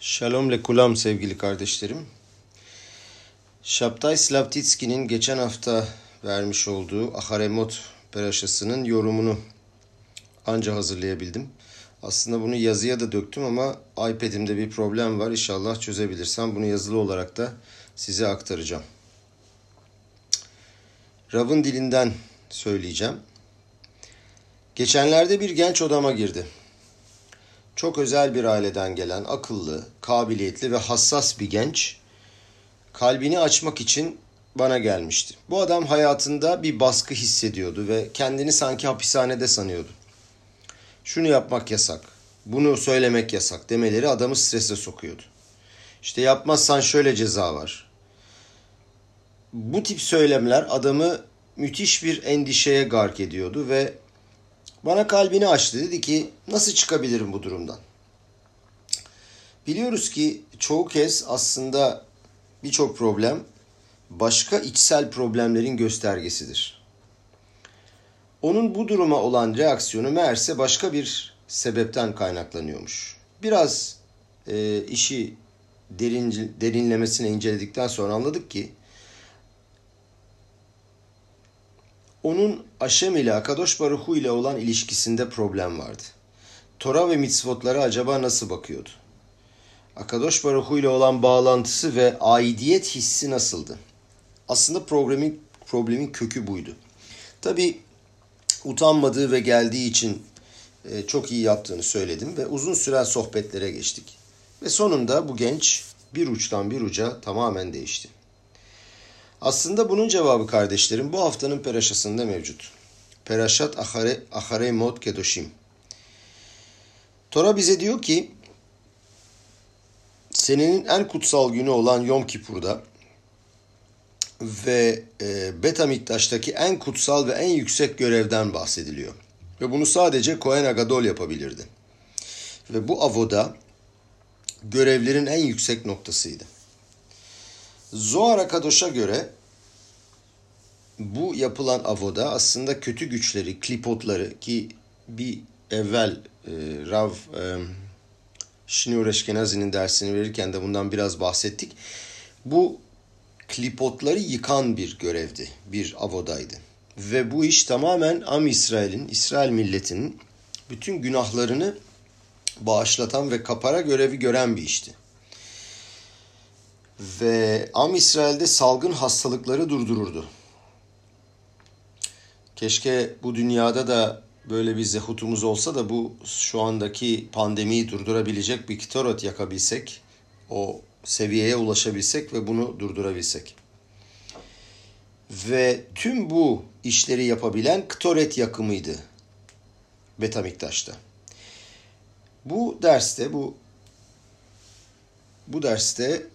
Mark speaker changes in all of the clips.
Speaker 1: Shalom lekulam sevgili kardeşlerim. Şabtai Slavtitski'nin geçen hafta vermiş olduğu Acharemot Peraşası'nın yorumunu anca hazırlayabildim. Aslında bunu yazıya da döktüm ama iPad'imde bir problem var. İnşallah çözebilirsem bunu yazılı olarak da size aktaracağım. Rav'ın dilinden söyleyeceğim. Geçenlerde bir genç odama girdi. Çok özel bir aileden gelen, akıllı, kabiliyetli ve hassas bir genç kalbini açmak için bana gelmişti. Bu adam hayatında bir baskı hissediyordu ve kendini sanki hapishanede sanıyordu. Şunu yapmak yasak, bunu söylemek yasak demeleri adamı strese sokuyordu. İşte yapmazsan şöyle ceza var. Bu tip söylemler adamı müthiş bir endişeye gark ediyordu ve bana kalbini açtı. Dedi ki nasıl çıkabilirim bu durumdan? Biliyoruz ki çoğu kez aslında birçok problem başka içsel problemlerin göstergesidir. Onun bu duruma olan reaksiyonu meğerse başka bir sebepten kaynaklanıyormuş. Biraz işi derinlemesine inceledikten sonra anladık ki onun Haşem ile Akadosh Baruch Hu ile olan ilişkisinde problem vardı. Tora ve mitzvotlara acaba nasıl bakıyordu? Akadosh Baruch Hu ile olan bağlantısı ve aidiyet hissi nasıldı? Aslında problemin kökü buydu. Tabii utanmadığı ve geldiği için çok iyi yaptığını söyledim ve uzun süren sohbetlere geçtik. Ve sonunda bu genç bir uçtan bir uca tamamen değişti. Aslında bunun cevabı kardeşlerim bu haftanın peraşasında mevcut. Peraşat Acharemot Kedoshim. Tora bize diyor ki senenin en kutsal günü olan Yom Kipur'da ve Bet HaMikdaş'taki en kutsal ve en yüksek görevden bahsediliyor. Ve bunu sadece Kohen Agadol yapabilirdi. Ve bu avoda görevlerin en yüksek noktasıydı. Zohar HaKadosh'a göre bu yapılan avoda aslında kötü güçleri, klipotları ki bir evvel Rav Shneur Eşkenazi'nin dersini verirken de bundan biraz bahsettik. Bu klipotları yıkan bir görevdi, bir avodaydı. Ve bu iş tamamen İsrail milletinin bütün günahlarını bağışlatan ve kapara görevi gören bir işti. Ve İsrail'de salgın hastalıkları durdururdu. Keşke bu dünyada da böyle bir zehutumuz olsa da bu şu andaki pandemiyi durdurabilecek bir ktorot yakabilsek, o seviyeye ulaşabilsek ve bunu durdurabilsek. Ve tüm bu işleri yapabilen ktoret yakımıydı Bet HaMikdaş'ta. Bu derste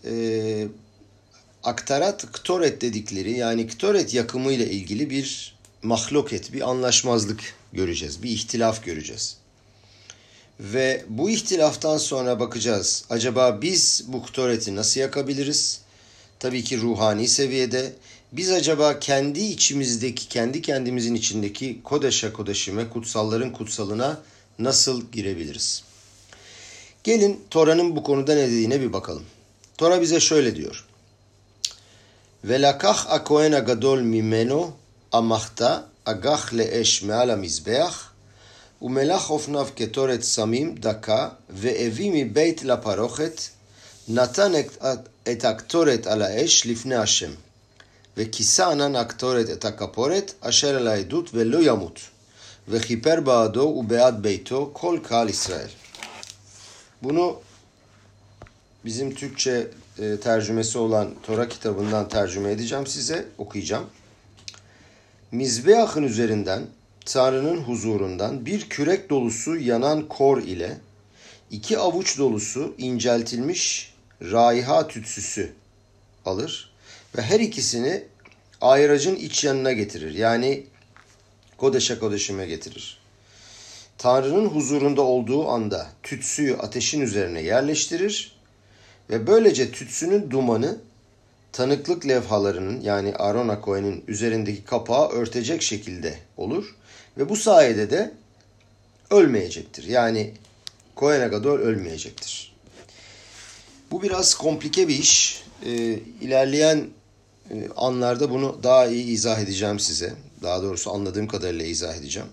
Speaker 1: aktarat ktoret dedikleri yani ktoret yakımı ile ilgili bir mahloket, bir anlaşmazlık göreceğiz, bir ihtilaf göreceğiz. Ve bu ihtilaftan sonra bakacağız. Acaba biz bu ktoreti nasıl yakabiliriz? Tabii ki ruhani seviyede. Biz acaba kendi içimizdeki, kendi kendimizin içindeki kodeşa kodeşime, kutsalların kutsalına nasıl girebiliriz? Gelin Tora'nın bu konuda ne dediğine bir bakalım. Tora bize şöyle diyor. Velakach akohen agadol mimeno amachta agach leesh me'al hamizbeach ומלח אופניו כתורת סמים דקה והביא מבית לפרוכת נתן את הקטורת על האש לפני השם וכיסה ענן הקטורת את הכפורת אשר על העדות ולא ימות וכיפר בעדו ובעד ביתו כל קהל ישראל. Bunu bizim Türkçe tercümesi olan Tora kitabından tercüme edeceğim size, okuyacağım. Mizbeahın üzerinden Tanrı'nın huzurundan bir kürek dolusu yanan kor ile 2 avuç dolusu inceltilmiş raiha tütsüsü alır ve her ikisini ayracın iç yanına getirir. Yani kodeşa kodeşime getirir. Tanrı'nın huzurunda olduğu anda tütsüyü ateşin üzerine yerleştirir ve böylece tütsünün dumanı tanıklık levhalarının yani Aaron HaKohen'in üzerindeki kapağı örtecek şekilde olur. Ve bu sayede de ölmeyecektir. Yani Kohen Agadol ölmeyecektir. Bu biraz komplike bir iş. İlerleyen anlarda bunu daha iyi izah edeceğim size. Daha doğrusu anladığım kadarıyla izah edeceğim.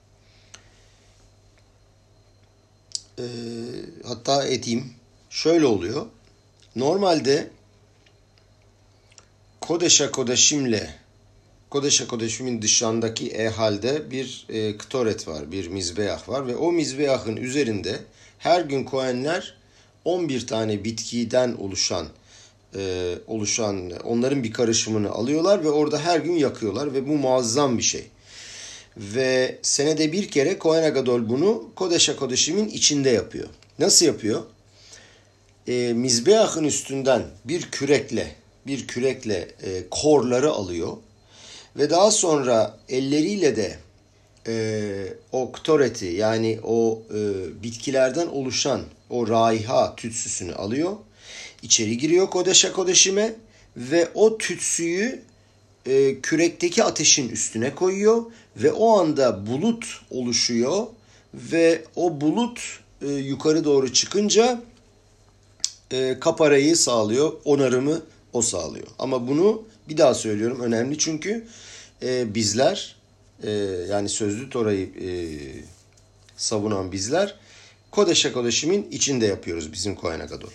Speaker 1: Hatta edeyim. Şöyle oluyor. Normalde Kodeş HaKodeshim'in dışındaki ehalde bir ktoret var, bir mizbeah var ve o mizbeahın üzerinde her gün Kohenler 11 tane bitkiden oluşan onların bir karışımını alıyorlar ve orada her gün yakıyorlar ve bu muazzam bir şey. Ve senede bir kere Kohen HaGadol bunu Kodeş HaKodeshim'in içinde yapıyor. Nasıl yapıyor? Mizbeahın üstünden bir kürekle korları alıyor ve daha sonra elleriyle de o ktoreti yani o bitkilerden oluşan o raiha tütsüsünü alıyor. İçeri giriyor Kodeş HaKodeshim'e ve o tütsüyü kürekteki ateşin üstüne koyuyor ve o anda bulut oluşuyor ve o bulut yukarı doğru çıkınca kaparayı sağlıyor, onarımı o sağlıyor. Ama bunu bir daha söylüyorum, önemli çünkü bizler yani sözlü Tora'yı savunan bizler Kodeş HaKodeshim'in içinde yapıyoruz bizim Kohen HaGadol.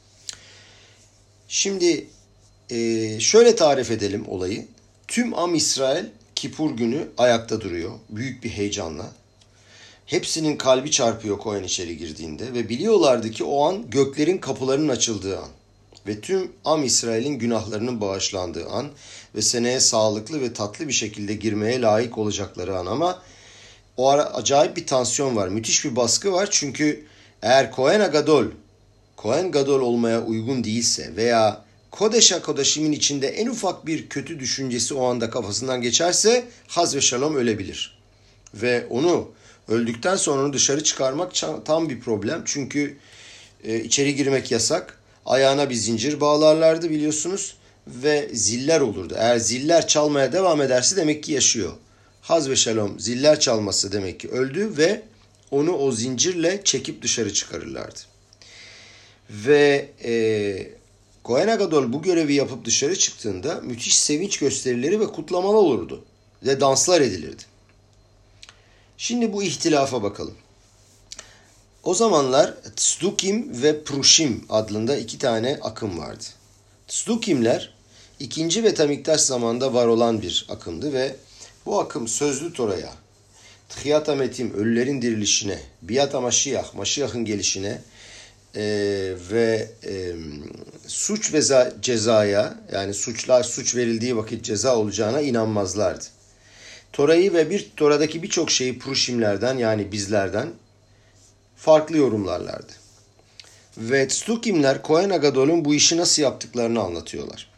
Speaker 1: Şimdi şöyle tarif edelim olayı. Tüm Am İsrail Kipur günü ayakta duruyor büyük bir heyecanla. Hepsinin kalbi çarpıyor Kohen içeri girdiğinde ve biliyorlardı ki o an göklerin kapılarının açıldığı an ve tüm Am İsrail'in günahlarının bağışlandığı an ve seneye sağlıklı ve tatlı bir şekilde girmeye layık olacakları an. Ama o ara acayip bir tansiyon var, müthiş bir baskı var çünkü eğer Kohen Gadol olmaya uygun değilse veya Kodeş HaKodeshim'in içinde en ufak bir kötü düşüncesi o anda kafasından geçerse haz ve şalom ölebilir. Ve onu öldükten sonra onu dışarı çıkarmak tam bir problem. Çünkü içeri girmek yasak. Ayağına bir zincir bağlarlardı biliyorsunuz ve ziller olurdu. Eğer ziller çalmaya devam ederse demek ki yaşıyor. Haz ve şalom ziller çalması demek ki öldü ve onu o zincirle çekip dışarı çıkarırlardı. Ve Kohen HaGadol bu görevi yapıp dışarı çıktığında müthiş sevinç gösterileri ve kutlamalar olurdu. Ve danslar edilirdi. Şimdi bu ihtilafa bakalım. O zamanlar Tzdukim ve Prushim adında iki tane akım vardı. Tzdukimler 2. Betamiktaş zamanında var olan bir akımdı ve bu akım sözlü Tora'ya, Tchiyat HaMetim, ölülerin dirilişine, Biyat HaMaşiyah, Maşiyah'ın gelişine ve suç ve cezaya, yani suç verildiği vakit ceza olacağına inanmazlardı. Tora'yı ve Tora'daki birçok şeyi Prushimlerden yani bizlerden farklı yorumlarlardı. Ve Tzedukimler Kohen HaGadol'un bu işi nasıl yaptıklarını anlatıyorlar.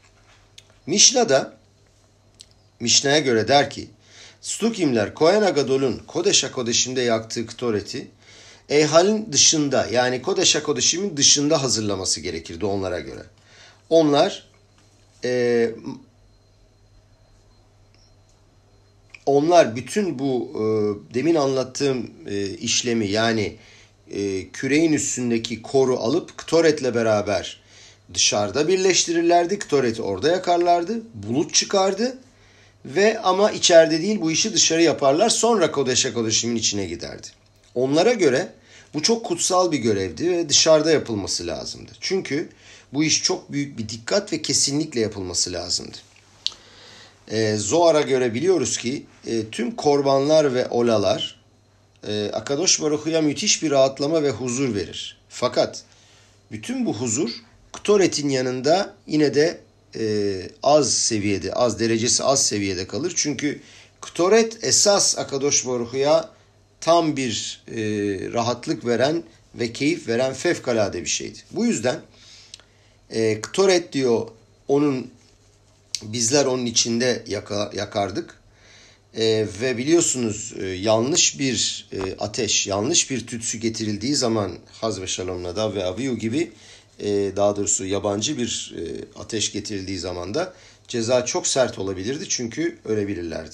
Speaker 1: Mishna'ya göre der ki Tzedukimler Kohen HaGadol'un Kodeş HaKodeshim'de yaktığı ktoreti Eyhal'in dışında yani Kodeş HaKodeshim'in dışında hazırlaması gerekirdi onlara göre. Onlar bütün bu demin anlattığım işlemi yani küreğin üstündeki koru alıp ktoretle beraber dışarıda birleştirirlerdi. Ktoreti orada yakarlardı. Bulut çıkardı. Ve ama içeride değil bu işi dışarı yaparlar. Sonra Kodeş HaKodeshim'in içine giderdi. Onlara göre bu çok kutsal bir görevdi ve dışarıda yapılması lazımdı. Çünkü bu iş çok büyük bir dikkat ve kesinlikle yapılması lazımdı. Zohar'a göre biliyoruz ki tüm korbanlar ve olalar Akadosh Baruch Hu'ya müthiş bir rahatlama ve huzur verir. Fakat bütün bu huzur Ktoret'in yanında yine de derecesi az seviyede kalır. Çünkü Ktoret esas Akadosh Baruch Hu'ya tam bir rahatlık veren ve keyif veren fevkalade bir şeydi. Bu yüzden Ktoret diyor bizler onun içinde yakardık. Ve biliyorsunuz yanlış bir ateş, yanlış bir tütsü getirildiği zaman Haz ve Şalom Nadav ve Avihu gibi daha doğrusu yabancı bir ateş getirildiği zaman da ceza çok sert olabilirdi çünkü ölebilirlerdi.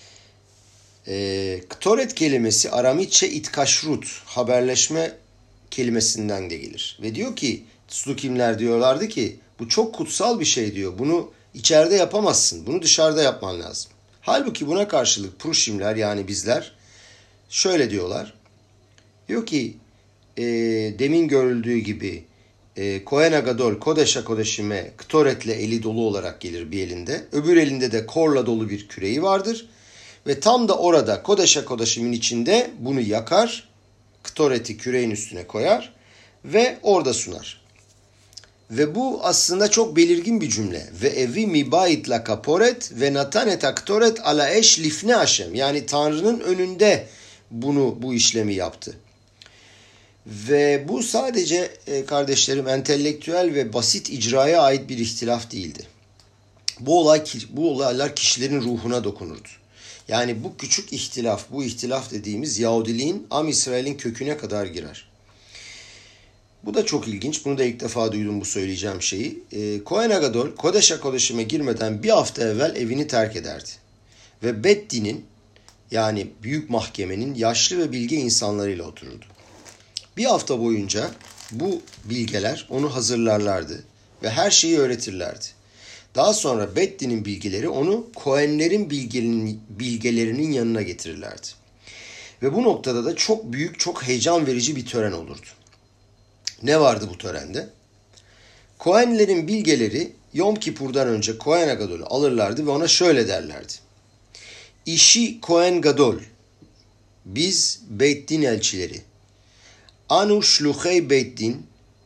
Speaker 1: Ktoret kelimesi Aramitçe itkaşrut, haberleşme kelimesinden de gelir. Ve diyor ki Tzdukim diyorlardı ki bu çok kutsal bir şey diyor. Bunu içeride yapamazsın. Bunu dışarıda yapman lazım. Halbuki buna karşılık Prushimler yani bizler şöyle diyorlar. Diyor ki demin görüldüğü gibi Kohen Agadol Kodesh HaKodeshim'e ktoretle eli dolu olarak gelir bir elinde. Öbür elinde de korla dolu bir küreği vardır. Ve tam da orada Kodesh HaKodeshim'in içinde bunu yakar. Ktoreti küreğin üstüne koyar ve orada sunar. Ve bu aslında çok belirgin bir cümle. Ve evi mibayit la kaporet ve natanet aktoret ala eş lifne Hashem. Yani Tanrı'nın önünde bu işlemi yaptı. Ve bu sadece kardeşlerim entelektüel ve basit icraya ait bir ihtilaf değildi. Bu olaylar kişilerin ruhuna dokunurdu. Yani bu küçük ihtilaf, bu ihtilaf dediğimiz Yahudiliğin, Am İsrail'in köküne kadar girer. Bu da çok ilginç. Bunu da ilk defa duydum bu söyleyeceğim şeyi. Kohen Agadol, Kodesh HaKodeshim'e girmeden bir hafta evvel evini terk ederdi. Ve Bet Din'in yani büyük mahkemenin yaşlı ve bilge insanlarıyla otururdu. Bir hafta boyunca bu bilgeler onu hazırlarlardı ve her şeyi öğretirlerdi. Daha sonra Bet Din'in bilgeleri onu Kohenlerin bilgelerinin yanına getirirlerdi. Ve bu noktada da çok büyük, çok heyecan verici bir tören olurdu. Ne vardı bu törende? Kohenlerin bilgeleri Yom Kipur'dan önce Kohen Agadol'u alırlardı ve ona şöyle derlerdi. İşi Kohen Gadol, biz Beit Din elçileri, Anu Shluchei Beit Din,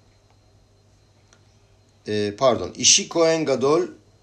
Speaker 1: İşi Kohen Gadol,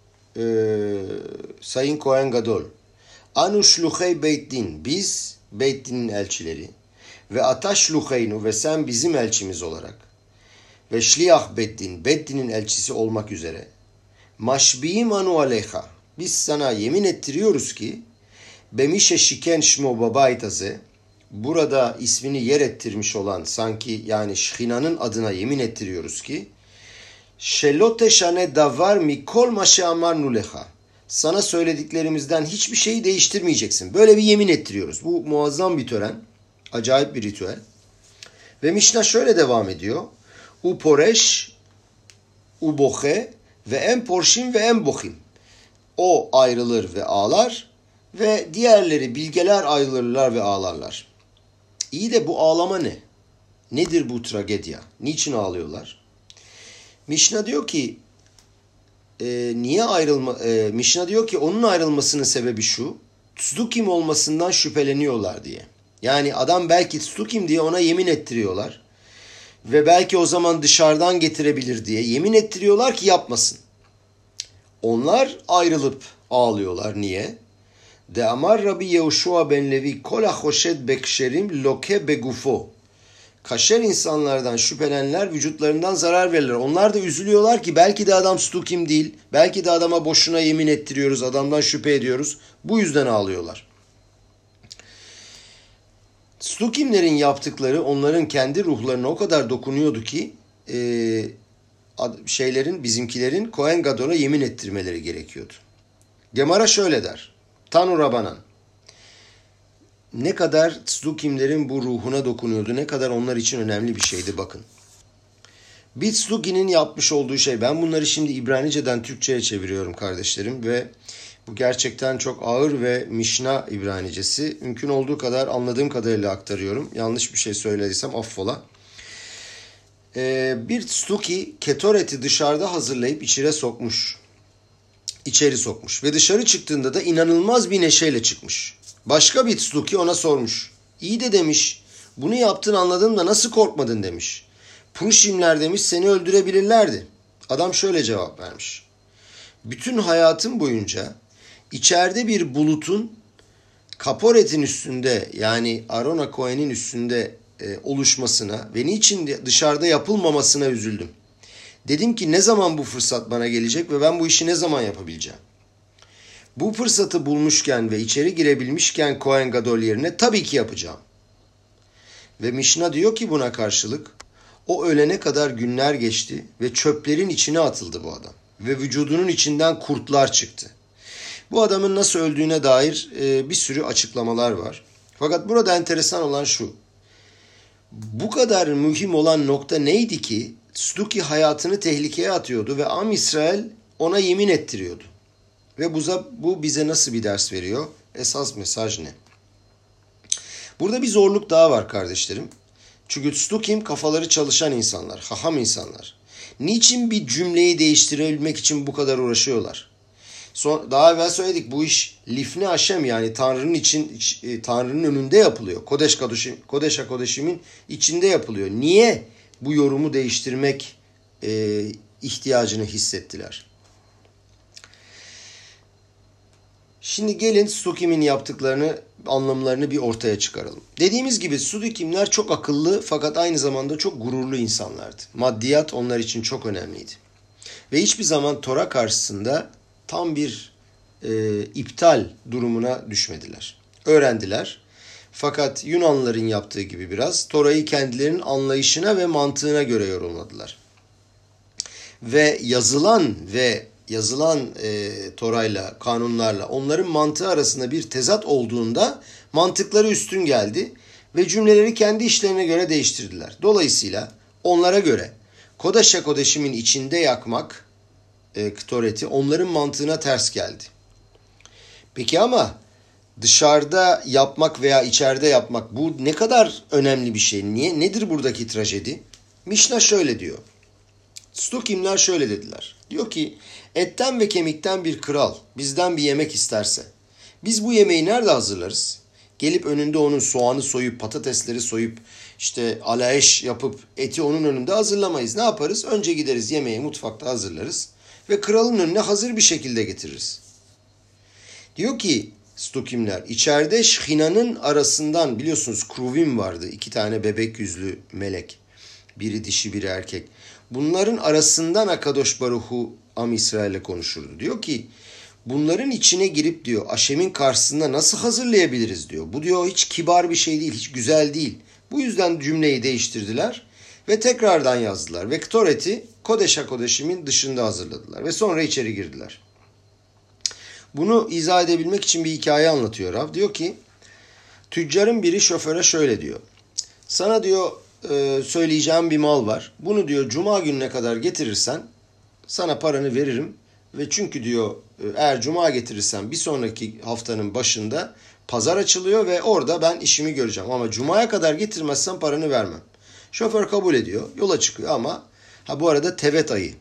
Speaker 1: Sayın Kohen Gadol, Anu Shluchei Beit Din, biz Beit Din'in elçileri ve Ata Shlucheinu ve sen bizim elçimiz olarak ve Şliach Beit Din, Beit Din'in elçisi olmak üzere Maşbi'im anu aleyha, biz sana yemin ettiriyoruz ki Bemişe şiken şmo babayt aze, burada ismini yer ettirmiş olan sanki yani Şhina'nın adına yemin ettiriyoruz ki Şelote şane davar mikol maşe amarnu leha, sana söylediklerimizden hiçbir şeyi değiştirmeyeceksin. Böyle bir yemin ettiriyoruz. Bu muazzam bir tören. Acayip bir ritüel. Ve Mişna şöyle devam ediyor. U poreş, u bohe ve en porşim ve en bohim. O ayrılır ve ağlar ve diğerleri bilgeler ayrılırlar ve ağlarlar. İyi de bu ağlama ne? Nedir bu tragedya? Niçin ağlıyorlar? Mişna diyor ki Mişna diyor ki onun ayrılmasının sebebi şu. Tzdukim olmasından şüpheleniyorlar diye. Yani adam belki Tzdukim diye ona yemin ettiriyorlar. Ve belki o zaman dışarıdan getirebilir diye yemin ettiriyorlar ki yapmasın. Onlar ayrılıp ağlıyorlar. Niye? De amar Rabbi Yehoshua ben Levi kol hoşed bekşerim loke begufo. Kaşer insanlardan şüphelenenler vücutlarından zarar verirler. Onlar da üzülüyorlar ki belki de adam Tzdukim değil. Belki de adama boşuna yemin ettiriyoruz. Adamdan şüphe ediyoruz. Bu yüzden ağlıyorlar. Tzedukimlerin yaptıkları onların kendi ruhlarına o kadar dokunuyordu ki bizimkilerin Kohen Gadol'a yemin ettirmeleri gerekiyordu. Gemara şöyle der. Tanu Rabanan. Ne kadar Tzedukimlerin bu ruhuna dokunuyordu, ne kadar onlar için önemli bir şeydi bakın. Bir Tzedukinin yapmış olduğu şey, ben bunları şimdi İbranice'den Türkçe'ye çeviriyorum kardeşlerim ve bu gerçekten çok ağır ve Mişna İbranicesi. Mümkün olduğu kadar anladığım kadarıyla aktarıyorum. Yanlış bir şey söylediysem affola. Bir Tzeduki ketoreti dışarıda hazırlayıp içeri sokmuş ve dışarı çıktığında da inanılmaz bir neşeyle çıkmış. Başka bir Tzeduki ona sormuş. İyi de demiş, bunu yaptın anladım da nasıl korkmadın demiş. Prushimler demiş seni öldürebilirlerdi. Adam şöyle cevap vermiş. Bütün hayatım boyunca içeride bir bulutun kaporetin üstünde yani Arona Kohen'in üstünde oluşmasına ve niçin dışarıda yapılmamasına üzüldüm. Dedim ki ne zaman bu fırsat bana gelecek ve ben bu işi ne zaman yapabileceğim? Bu fırsatı bulmuşken ve içeri girebilmişken Kohen Gadol yerine tabii ki yapacağım. Ve Mişna diyor ki buna karşılık o ölene kadar günler geçti ve çöplerin içine atıldı bu adam. Ve vücudunun içinden kurtlar çıktı. Bu adamın nasıl öldüğüne dair bir sürü açıklamalar var. Fakat burada enteresan olan şu. Bu kadar mühim olan nokta neydi ki Stuki hayatını tehlikeye atıyordu ve Am İsrail ona yemin ettiriyordu. Ve bu bize nasıl bir ders veriyor? Esas mesaj ne? Burada bir zorluk daha var kardeşlerim. Çünkü Stukim kafaları çalışan insanlar, haham insanlar. Niçin bir cümleyi değiştirebilmek için bu kadar uğraşıyorlar? Daha evvel söyledik, bu iş lifne Haşem, yani Tanrı'nın önünde yapılıyor. Kodeş HaKodeshim'in içinde yapılıyor. Niye bu yorumu değiştirmek ihtiyacını hissettiler? Şimdi gelin Stukim'in yaptıklarını, anlamlarını bir ortaya çıkaralım. Dediğimiz gibi Stukimler çok akıllı fakat aynı zamanda çok gururlu insanlardı. Maddiyat onlar için çok önemliydi. Ve hiçbir zaman Tora karşısında tam bir iptal durumuna düşmediler. Öğrendiler. Fakat Yunanlıların yaptığı gibi biraz Tora'yı kendilerinin anlayışına ve mantığına göre yorumladılar. Ve yazılan Tora'yla, kanunlarla onların mantığı arasında bir tezat olduğunda mantıkları üstün geldi ve cümleleri kendi işlerine göre değiştirdiler. Dolayısıyla onlara göre Kodeş HaKodeshim'in içinde yakmak Ktoreti onların mantığına ters geldi. Peki ama dışarıda yapmak veya içeride yapmak, bu ne kadar önemli bir şey? Nedir buradaki trajedi? Mişna şöyle diyor. Stukimler şöyle dediler. Diyor ki etten ve kemikten bir kral bizden bir yemek isterse biz bu yemeği nerede hazırlarız? Gelip önünde onun soğanı soyup, patatesleri soyup, işte alaeş yapıp eti onun önünde hazırlamayız. Ne yaparız? Önce gideriz yemeği mutfakta hazırlarız ve kralın önüne hazır bir şekilde getiririz. Diyor ki Stukimler, içeride Şhina'nın arasından, biliyorsunuz Kruvim vardı, 2 tane bebek yüzlü melek. Biri dişi biri erkek. Bunların arasından Akadosh Baruhu Am İsrail'le konuşurdu. Diyor ki bunların içine girip diyor Haşem'in karşısında nasıl hazırlayabiliriz diyor. Bu diyor hiç kibar bir şey değil, hiç güzel değil. Bu yüzden cümleyi değiştirdiler ve tekrardan yazdılar. Ve Ktoret'i Kodeş HaKodeshim'in dışında hazırladılar ve sonra içeri girdiler. Bunu izah edebilmek için bir hikaye anlatıyor Rav. Diyor ki tüccarın biri şoföre şöyle diyor. Sana diyor söyleyeceğim bir mal var. Bunu diyor cuma gününe kadar getirirsen sana paranı veririm. Ve çünkü diyor eğer cuma getirirsen bir sonraki haftanın başında pazar açılıyor ve orada ben işimi göreceğim. Ama cumaya kadar getirmezsen paranı vermem. Şoför kabul ediyor. Yola çıkıyor ama bu arada Tevet ayı.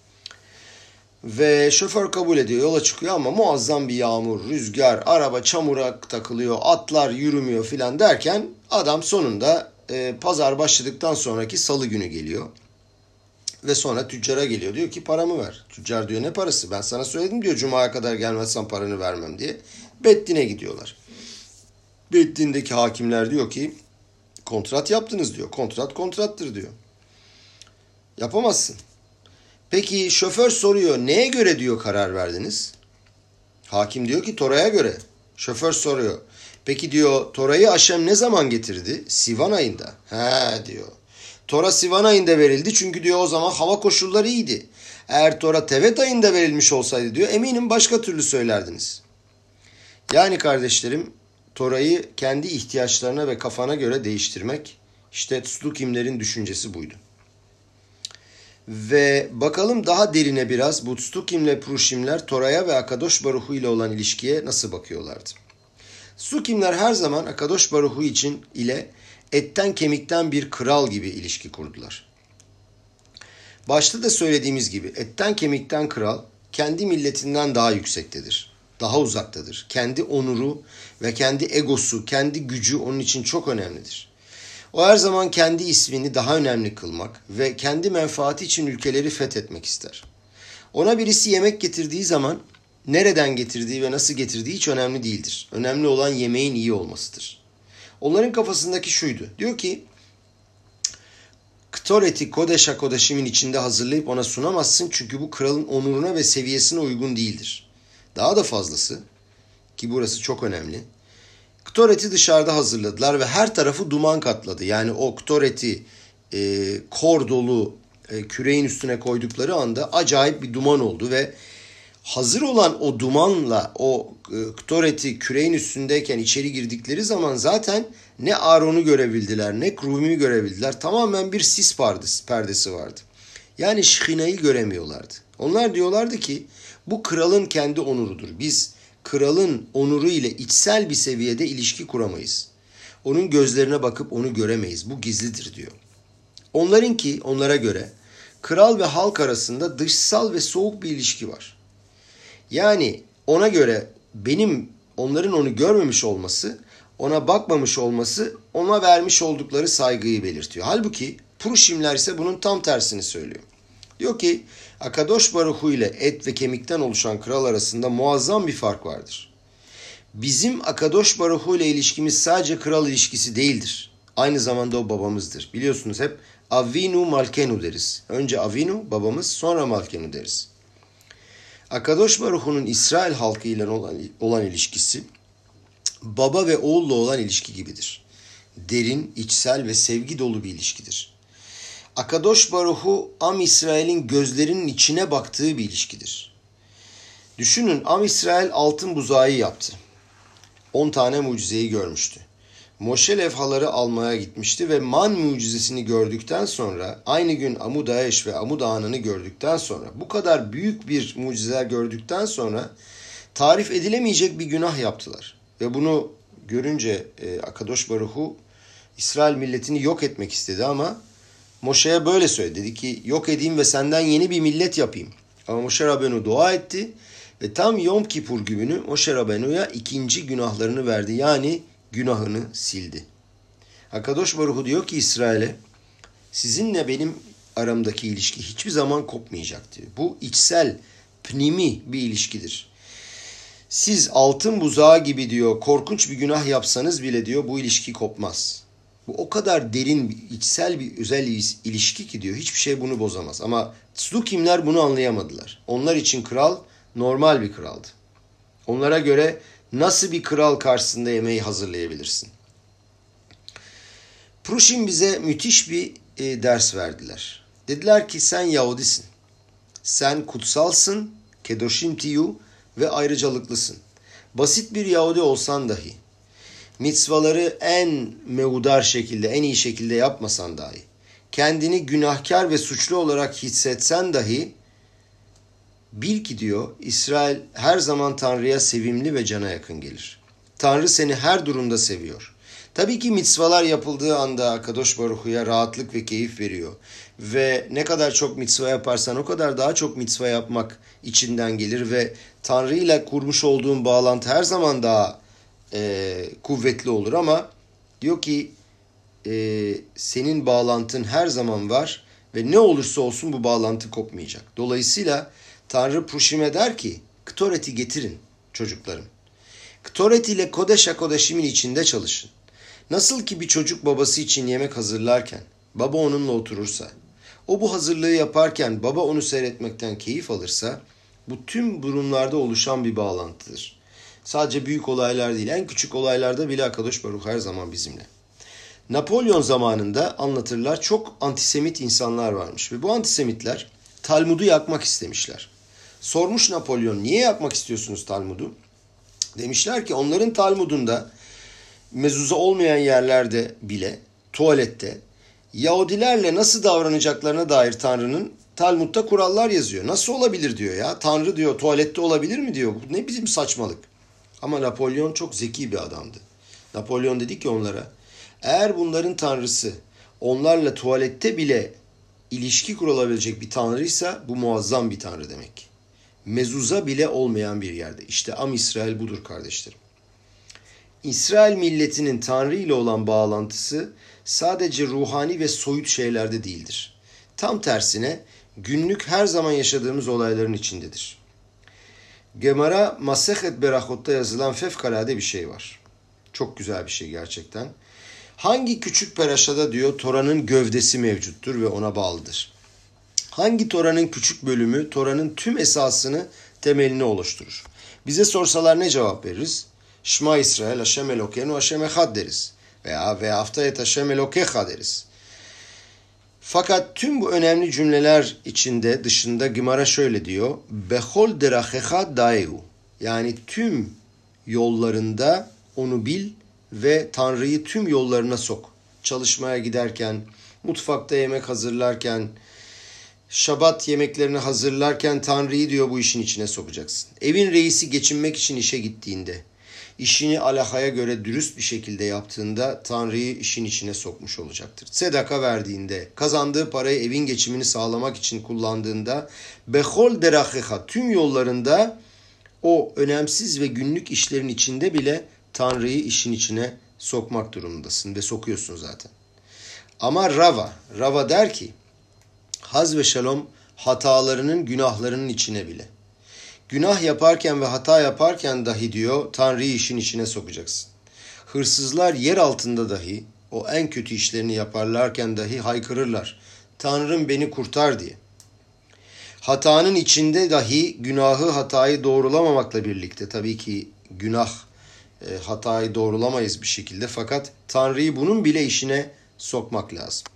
Speaker 1: Ve şoför kabul ediyor, yola çıkıyor ama muazzam bir yağmur, rüzgar, araba çamura takılıyor, atlar yürümüyor filan derken adam sonunda pazar başladıktan sonraki salı günü geliyor. Ve sonra tüccara geliyor, diyor ki paramı ver. Tüccar diyor ne parası, ben sana söyledim diyor cumaya kadar gelmezsen paranı vermem diye. Beddin'e gidiyorlar. Beddin'deki hakimler diyor ki kontrat yaptınız diyor, kontrat kontrattır diyor. Yapamazsın. Peki şoför soruyor, neye göre diyor karar verdiniz? Hakim diyor ki Tora'ya göre. Şoför soruyor. Peki diyor Tora'yı Haşem ne zaman getirdi? Sivan ayında. He diyor. Tora Sivan ayında verildi çünkü diyor o zaman hava koşulları iyiydi. Eğer Tora Tevet ayında verilmiş olsaydı diyor eminim başka türlü söylerdiniz. Yani kardeşlerim Tora'yı kendi ihtiyaçlarına ve kafana göre değiştirmek, işte Stukimlerin düşüncesi buydu. Ve bakalım daha derine biraz bu Stukimle Prushimler Tora'ya ve Akadosh Baruhu ile olan ilişkiye nasıl bakıyorlardı? Stukimler her zaman Akadosh Baruhu için ile etten kemikten bir kral gibi ilişki kurdular. Başta da söylediğimiz gibi etten kemikten kral kendi milletinden daha yüksektedir. Daha uzaktadır. Kendi onuru ve kendi egosu, kendi gücü onun için çok önemlidir. O her zaman kendi ismini daha önemli kılmak ve kendi menfaati için ülkeleri fethetmek ister. Ona birisi yemek getirdiği zaman nereden getirdiği ve nasıl getirdiği hiç önemli değildir. Önemli olan yemeğin iyi olmasıdır. Onların kafasındaki şuydu. Diyor ki Ktoreti Kodeş HaKodeshim'in içinde hazırlayıp ona sunamazsın çünkü bu kralın onuruna ve seviyesine uygun değildir. Daha da fazlası ki burası çok önemli. Ktoreti dışarıda hazırladılar ve her tarafı duman katladı. Yani o Ktoreti kor dolu küreğin üstüne koydukları anda acayip bir duman oldu ve hazır olan o dumanla o Ktoreti küreğin üstündeyken içeri girdikleri zaman zaten Ne Aaron'u görebildiler, ne Kruvim'i görebildiler. Tamamen bir sis perdesi vardı. Yani Şihina'yı göremiyorlardı. Onlar diyorlardı ki bu kralın kendi onurudur. Biz kralın onuru ile içsel bir seviyede ilişki kuramayız. Onun gözlerine bakıp onu göremeyiz. Bu gizlidir diyor. Onlara göre kral ve halk arasında dışsal ve soğuk bir ilişki var. Yani ona göre onların onu görmemiş olması, ona bakmamış olması ona vermiş oldukları saygıyı belirtiyor. Halbuki Puruşimler ise bunun tam tersini söylüyor. Diyor ki Akadosh Baruhu ile et ve kemikten oluşan kral arasında muazzam bir fark vardır. Bizim Akadosh Baruhu ile ilişkimiz sadece kral ilişkisi değildir. Aynı zamanda o babamızdır. Biliyorsunuz hep Avinu Malkenu deriz. Önce Avinu babamız, sonra Malkenu deriz. Akadosh Baruhu'nun İsrail halkı ile olan ilişkisi baba ve oğulla olan ilişki gibidir. Derin, içsel ve sevgi dolu bir ilişkidir. Akadosh Baruhu Am İsrail'in gözlerinin içine baktığı bir ilişkidir. Düşünün, Am İsrail altın buzağı yaptı. 10 tane mucizeyi görmüştü. Moşe levhaları almaya gitmişti ve man mucizesini gördükten sonra, aynı gün Amud Aeş ve Amud Anan'ı gördükten sonra, bu kadar büyük bir mucizeler gördükten sonra tarif edilemeyecek bir günah yaptılar. Ve bunu görünce Akadosh Baruhu İsrail milletini yok etmek istedi ama Moşe'ye böyle söyledi. Dedi ki yok edeyim ve senden yeni bir millet yapayım. Ama Moşe Rabbeinu dua etti ve tam Yom Kipur günü Moşe Rabbeinu'ya ikinci günahlarını verdi. Yani günahını sildi. Akadosh Baruhu diyor ki İsrail'e sizinle benim aramdaki ilişki hiçbir zaman kopmayacak diyor. Bu içsel, pnimi bir ilişkidir. Siz altın buzağı gibi diyor korkunç bir günah yapsanız bile diyor bu ilişki kopmaz. Bu o kadar derin, içsel bir özel ilişki ki diyor hiçbir şey bunu bozamaz. Ama Tzlukimler bunu anlayamadılar. Onlar için kral normal bir kraldı. Onlara göre nasıl bir kral karşısında yemeği hazırlayabilirsin? Prushim bize müthiş bir ders verdiler. Dediler ki sen Yahudisin. Sen kutsalsın, kedoshim tiyu ve ayrıcalıklısın. Basit bir Yahudi olsan dahi, mitzvaları en meudar şekilde, en iyi şekilde yapmasan dahi, kendini günahkar ve suçlu olarak hissetsen dahi, bil ki diyor, İsrail her zaman Tanrı'ya sevimli ve cana yakın gelir. Tanrı seni her durumda seviyor. Tabii ki mitzvalar yapıldığı anda Akadosh Baruhu'ya rahatlık ve keyif veriyor. Ve ne kadar çok mitzva yaparsan o kadar daha çok mitzva yapmak içinden gelir ve Tanrı ile kurmuş olduğun bağlantı her zaman daha kuvvetli olur ama diyor ki senin bağlantın her zaman var ve ne olursa olsun bu bağlantı kopmayacak. Dolayısıyla Tanrı Prushim'e der ki Ktoreti getirin çocuklarım. Ktoret ile Kodeş HaKodeshim'in içinde çalışın. Nasıl ki bir çocuk babası için yemek hazırlarken baba onunla oturursa, o bu hazırlığı yaparken baba onu seyretmekten keyif alırsa bu tüm durumlarda oluşan bir bağlantıdır. Sadece büyük olaylar değil, en küçük olaylarda bile Akadosh Baruch her zaman bizimle. Napolyon zamanında anlatırlar çok antisemit insanlar varmış ve bu antisemitler Talmud'u yakmak istemişler. Sormuş Napolyon niye yakmak istiyorsunuz Talmud'u? Demişler ki onların Talmud'unda mezuza olmayan yerlerde bile tuvalette Yahudilerle nasıl davranacaklarına dair Tanrı'nın Talmud'da kurallar yazıyor. Nasıl olabilir diyor ya. Tanrı diyor tuvalette olabilir mi diyor. Bu ne bizim saçmalık. Ama Napolyon çok zeki bir adamdı. Napolyon dedi ki onlara eğer bunların Tanrısı onlarla tuvalette bile ilişki kurulabilecek bir Tanrıysa bu muazzam bir Tanrı demek. Mezuza bile olmayan bir yerde. İşte Am İsrail budur kardeşlerim. İsrail milletinin Tanrı ile olan bağlantısı sadece ruhani ve soyut şeylerde değildir. Tam tersine günlük her zaman yaşadığımız olayların içindedir. Gemara Masechet Berachot'ta yazılan fevkalade bir şey var. Çok güzel bir şey gerçekten. Hangi küçük peraşada diyor Tora'nın gövdesi mevcuttur ve ona bağlıdır. Hangi Tora'nın küçük bölümü Tora'nın tüm esasını, temelini oluşturur. Bize sorsalar ne cevap veririz? Şma İsrail, Hashem Elokeinu, Hashem Echad deriz. Veya ve haftayet Hashem Elokecha deriz. Fakat tüm bu önemli cümleler içinde dışında Gemara şöyle diyor. Bechol derachecha daehu. Yani tüm yollarında onu bil ve Tanrı'yı tüm yollarına sok. Çalışmaya giderken, mutfakta yemek hazırlarken, Şabat yemeklerini hazırlarken Tanrı'yı diyor bu işin içine sokacaksın. Evin reisi geçinmek için işe gittiğinde, işini alakaya göre dürüst bir şekilde yaptığında Tanrı'yı işin içine sokmuş olacaktır. Sedaka verdiğinde, kazandığı parayı evin geçimini sağlamak için kullandığında, behol deraheha tüm yollarında o önemsiz ve günlük işlerin içinde bile Tanrı'yı işin içine sokmak durumundasın ve sokuyorsun zaten. Ama Rava der ki, haz ve şalom hatalarının, günahlarının içine bile. Günah yaparken ve hata yaparken dahi diyor Tanrı'yı işin içine sokacaksın. Hırsızlar yer altında dahi o en kötü işlerini yaparlarken dahi haykırırlar. Tanrım beni kurtar diye. Hatanın içinde dahi günahı, hatayı doğrulamamakla birlikte tabii ki günah, hatayı doğrulamayız bir şekilde fakat Tanrı'yı bunun bile işine sokmak lazım.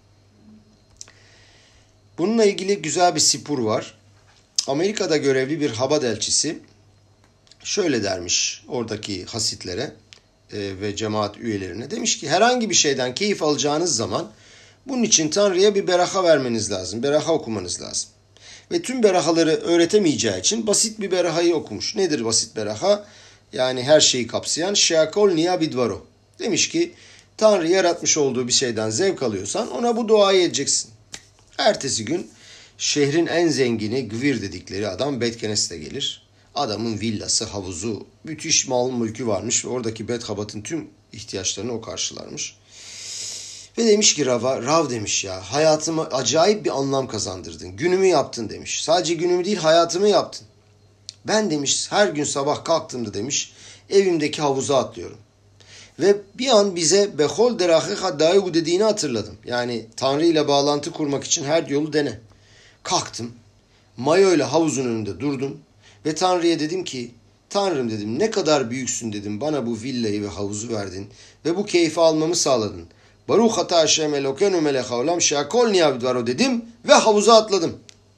Speaker 1: Bununla ilgili güzel bir sipur var. Amerika'da görevli bir Habad elçisi şöyle dermiş oradaki hasitlere ve cemaat üyelerine. Demiş ki herhangi bir şeyden keyif alacağınız zaman bunun için Tanrı'ya bir beraha vermeniz lazım. Beraha okumanız lazım. Ve tüm berahaları öğretemeyeceği için basit bir berahayı okumuş. Nedir basit beraha? Yani her şeyi kapsayan Sheakol Niya Bidvaro. Demiş ki Tanrı yaratmış olduğu bir şeyden zevk alıyorsan ona bu duayı edeceksin. Ertesi gün şehrin en zengini Gvir dedikleri adam Betkenes'te gelir. Adamın villası, havuzu, müthiş mal mülkü varmış ve oradaki Bethabat'ın tüm ihtiyaçlarını o karşılarmış. Ve demiş ki Rav demiş ya hayatıma acayip bir anlam kazandırdın. Günümü yaptın demiş. Sadece günümü değil hayatımı yaptın. Ben demiş her gün sabah kalktığımda demiş evimdeki havuza atlıyorum. Ve bir an bize behol deraheha dayu dediğini hatırladım. Yani Tanrı ile bağlantı kurmak için her yolu dene. Kalktım. Mayo ile havuzun önünde durdum. Ve Tanrı'ya dedim ki Tanrım dedim ne kadar büyüksün dedim. Bana bu villayı ve havuzu verdin. Ve bu keyfi almamı sağladın. Baruch ata Hashem Elokeinu melech haolam she'akol niya bidvaro dedim. Ve havuza atladım.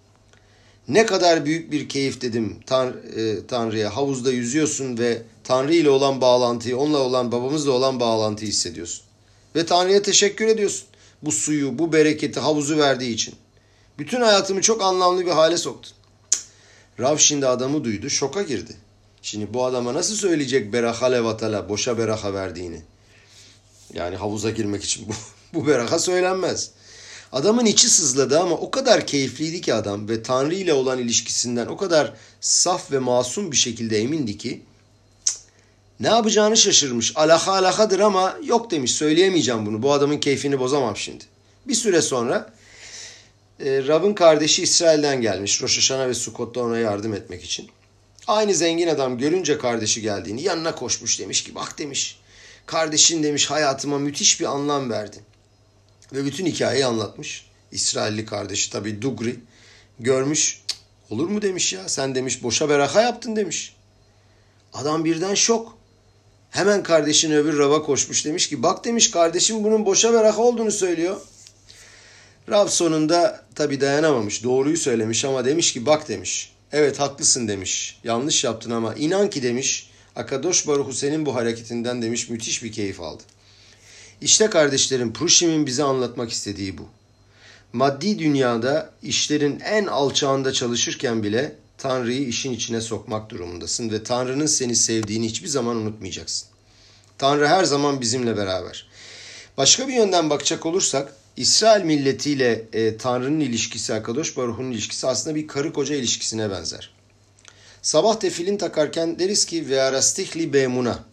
Speaker 1: Ne kadar büyük bir keyif dedim Tanrı'ya. Havuzda yüzüyorsun ve Tanrı ile olan bağlantıyı, onunla olan, babamızla olan bağlantıyı hissediyorsun. Ve Tanrı'ya teşekkür ediyorsun. Bu suyu, bu bereketi, havuzu verdiği için. Bütün hayatımı çok anlamlı bir hale soktun. Rav şimdi adamı duydu, şoka girdi. Şimdi bu adama nasıl söyleyecek beraha levatala, boşa beraha verdiğini? Yani havuza girmek için bu beraha söylenmez. Adamın içi sızladı ama o kadar keyifliydi ki adam ve Tanrı ile olan ilişkisinden o kadar saf ve masum bir şekilde emindi ki ne yapacağını şaşırmış. Alakadır ama yok demiş söyleyemeyeceğim bunu. Bu adamın keyfini bozamam şimdi. Bir süre sonra Rav'ın kardeşi İsrail'den gelmiş. Rosh Hashanah ve Sukkot'ta ona yardım etmek için. Aynı zengin adam görünce kardeşi geldiğini yanına koşmuş demiş ki bak demiş. Kardeşin demiş hayatıma müthiş bir anlam verdi. Ve bütün hikayeyi anlatmış. İsrailli kardeşi tabii Dugri görmüş. Olur mu demiş ya sen demiş boşa beraha yaptın demiş. Adam birden şok. Hemen kardeşin öbür Rav'a koşmuş demiş ki bak demiş kardeşim bunun boşa beraha olduğunu söylüyor. Rav sonunda tabii dayanamamış doğruyu söylemiş ama demiş ki bak demiş. Evet haklısın demiş yanlış yaptın ama inan ki demiş Akadosh Baruch Hu senin bu hareketinden demiş müthiş bir keyif aldı. İşte kardeşlerim Prushim'in bize anlatmak istediği bu. Maddi dünyada işlerin en alçağında çalışırken bile Tanrı'yı işin içine sokmak durumundasın ve Tanrı'nın seni sevdiğini hiçbir zaman unutmayacaksın. Tanrı her zaman bizimle beraber. Başka bir yönden bakacak olursak İsrail milletiyle Tanrı'nın ilişkisi, Akadosh Baruch'un ilişkisi aslında bir karı koca ilişkisine benzer. Sabah tefilin takarken deriz ki ve'arastihli be'emuna.